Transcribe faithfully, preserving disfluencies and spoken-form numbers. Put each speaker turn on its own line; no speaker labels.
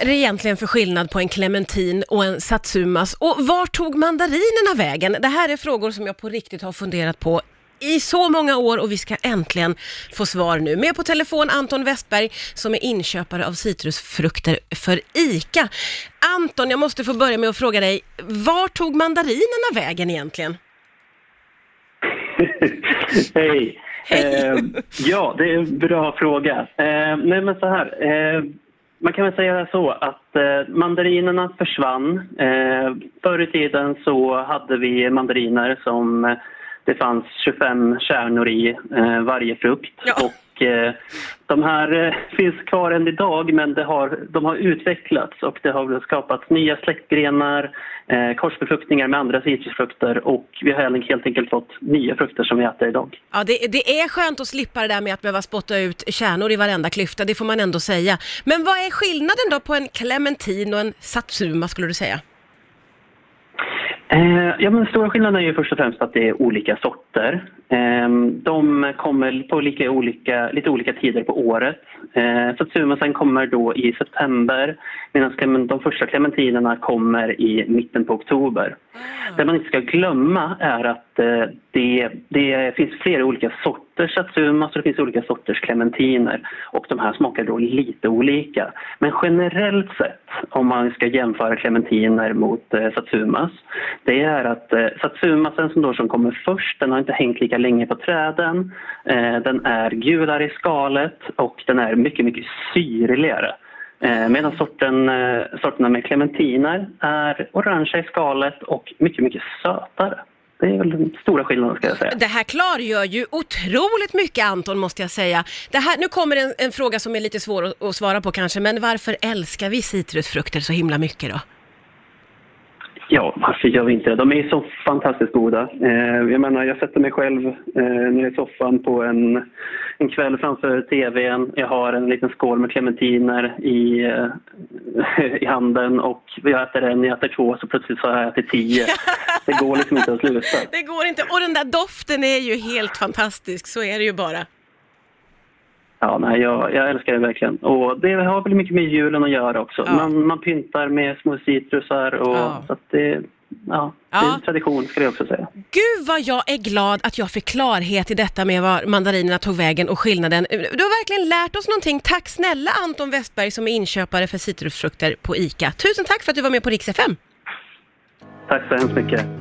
är det egentligen för skillnad på en clementin och en satsumas? Och var tog mandarinerna vägen? Det här är frågor som jag på riktigt har funderat på i så många år och vi ska äntligen få svar nu. Med på telefon Anton Westberg som är inköpare av citrusfrukter för ICA. Anton, jag måste få börja med att fråga dig, var tog mandarinerna vägen egentligen?
Hej. Eh, ja, det är en bra fråga. Eh, nej men så här, eh, man kan väl säga så att eh, mandarinerna försvann. Eh, förr i tiden så hade vi mandariner som eh, det fanns tjugofem kärnor i eh, varje frukt. Ja. Och eh, de här eh, finns kvar än idag, men det har, de har utvecklats och det har skapats nya släktgrenar, eh, korsbefruktningar med andra citrusfrukter och vi har helt enkelt fått nya frukter som vi äter idag.
Ja, det, det är skönt att slippa det där med att behöva spotta ut kärnor i varenda klyfta, det får man ändå säga. Men vad är skillnaden då på en clementin och en satsuma skulle du säga?
Eh, ja, men stora skillnaden är ju först och främst att det är olika sorter. Eh, de kommer på lika olika, lite olika tider på året. Eh, Satsumasen kommer då i september medan de första clementinerna kommer i mitten på oktober. Mm. Det man inte ska glömma är att eh, det, det finns flera olika sorters satsuma så det finns olika sorters clementiner och de här smakar då lite olika. Men generellt sett, om man ska jämföra clementiner mot eh, satsumas, det är att eh, satsumasen som då som kommer först, den har inte hängt lika länge på träden. Eh, den är gulare i skalet och den är mycket, mycket syrligare. Eh, medan sorten, eh, sorterna med clementiner är orange i skalet och mycket, mycket sötare. Det är väl den stora skillnaden ska jag säga.
Det här klargör ju otroligt mycket Anton måste jag säga. Det här, nu kommer en, en fråga som är lite svår att, att svara på kanske, men varför älskar vi citrusfrukter så himla mycket då?
Ja, varför gör vi inte det? De är så fantastiskt goda. Eh, jag menar, jag sätter mig själv eh, nere i soffan på en, en kväll framför tvn. Jag har en liten skål med clementiner i, eh, i handen och jag äter en, jag äter två så plötsligt så har jag ätit tio. Det går liksom inte att sluta.
Det går inte. Och den där doften är ju helt fantastisk, så är det ju bara.
Ja, nej, jag, jag älskar det verkligen. Och det har väl mycket med julen att göra också. Ja. Man, man pyntar med små citrusar och ja. Så att det, ja, det är en tradition skulle jag också säga.
Gud vad jag är glad att jag fick klarhet i detta med var mandarinerna tog vägen och skillnaden. Du har verkligen lärt oss någonting. Tack snälla Anton Westberg som är inköpare för citrusfrukter på ICA. Tusen tack för att du var med på Rix F M.
Tack så hemskt mycket.